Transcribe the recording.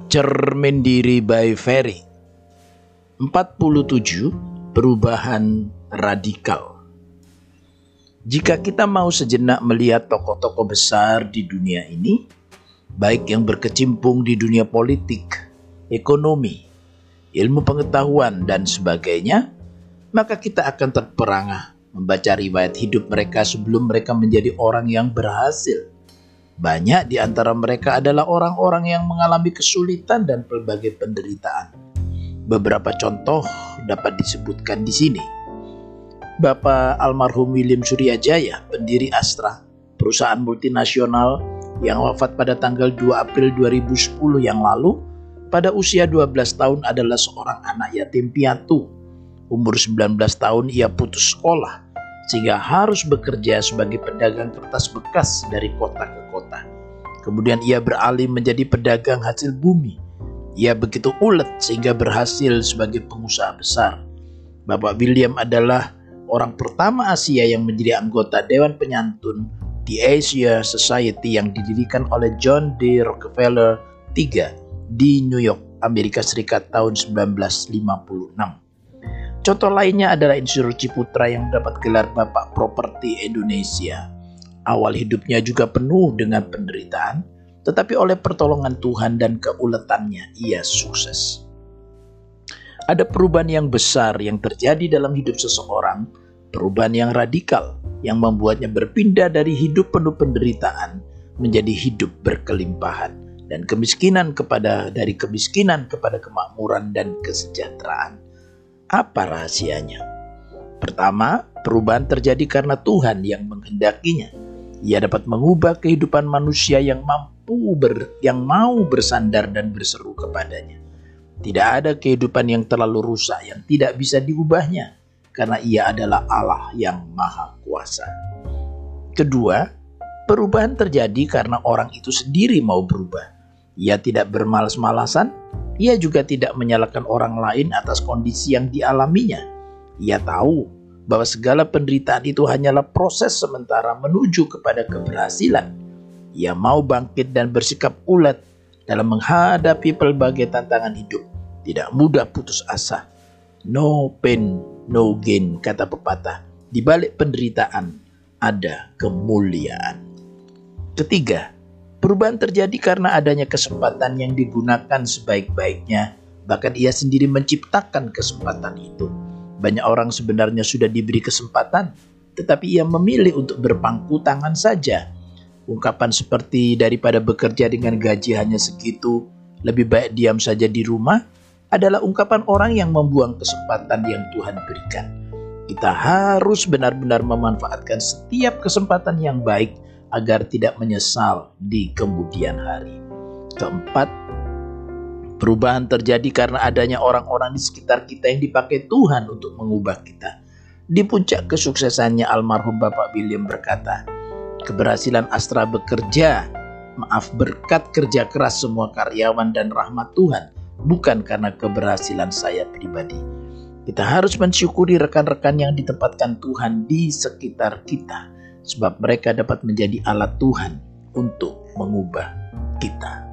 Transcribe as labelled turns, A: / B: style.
A: Cermin Diri by Ferry. 47. Perubahan radikal. Jika kita mau sejenak melihat tokoh-tokoh besar di dunia ini, baik yang berkecimpung di dunia politik, ekonomi, ilmu pengetahuan, dan sebagainya, maka kita akan terperangah membaca riwayat hidup mereka sebelum mereka menjadi orang yang berhasil. Banyak di antara mereka adalah orang-orang yang mengalami kesulitan dan berbagai penderitaan. Beberapa contoh dapat disebutkan di sini. Bapak almarhum William Suryajaya, pendiri Astra, perusahaan multinasional yang wafat pada tanggal 2 April 2010 yang lalu, pada usia 12 tahun adalah seorang anak yatim piatu. Umur 19 tahun ia putus sekolah, sehingga harus bekerja sebagai pedagang kertas bekas dari kota ke kota. Kemudian ia beralih menjadi pedagang hasil bumi. Ia begitu ulet sehingga berhasil sebagai pengusaha besar. Bapak William adalah orang pertama Asia yang menjadi anggota Dewan Penyantun di Asia Society yang didirikan oleh John D. Rockefeller III di New York, Amerika Serikat tahun 1956. Contoh lainnya adalah Insinyur Ciputra yang mendapat gelar Bapak Properti Indonesia. Awal hidupnya juga penuh dengan penderitaan, tetapi oleh pertolongan Tuhan dan keuletannya ia sukses. Ada perubahan yang besar yang terjadi dalam hidup seseorang, perubahan yang radikal yang membuatnya berpindah dari hidup penuh penderitaan menjadi hidup berkelimpahan dan dari kemiskinan kepada kemakmuran dan kesejahteraan. Apa rahasianya? Pertama, perubahan terjadi karena Tuhan yang menghendakinya. Ia dapat mengubah kehidupan manusia yang mau bersandar dan berseru kepadanya. Tidak ada kehidupan yang terlalu rusak yang tidak bisa diubahnya, karena ia adalah Allah yang Maha Kuasa. Kedua, perubahan terjadi karena orang itu sendiri mau berubah. Ia tidak bermalas-malasan. Ia juga tidak menyalahkan orang lain atas kondisi yang dialaminya. Ia tahu bahwa segala penderitaan itu hanyalah proses sementara menuju kepada keberhasilan. Ia mau bangkit dan bersikap ulet dalam menghadapi berbagai tantangan hidup. Tidak mudah putus asa. No pain, no gain, kata pepatah. Di balik penderitaan ada kemuliaan. Ketiga, perubahan terjadi karena adanya kesempatan yang digunakan sebaik-baiknya. Bahkan ia sendiri menciptakan kesempatan itu. Banyak orang sebenarnya sudah diberi kesempatan, tetapi ia memilih untuk berpangku tangan saja. Ungkapan seperti daripada bekerja dengan gaji hanya segitu, lebih baik diam saja di rumah, adalah ungkapan orang yang membuang kesempatan yang Tuhan berikan. Kita harus benar-benar memanfaatkan setiap kesempatan yang baik agar tidak menyesal di kemudian hari. Keempat, perubahan terjadi karena adanya orang-orang di sekitar kita yang dipakai Tuhan untuk mengubah kita. Di puncak kesuksesannya, almarhum Bapak William berkata, keberhasilan Astra berkat kerja keras semua karyawan dan rahmat Tuhan, bukan karena keberhasilan saya pribadi. Kita harus mensyukuri rekan-rekan yang ditempatkan Tuhan di sekitar kita, sebab mereka dapat menjadi alat Tuhan untuk mengubah kita.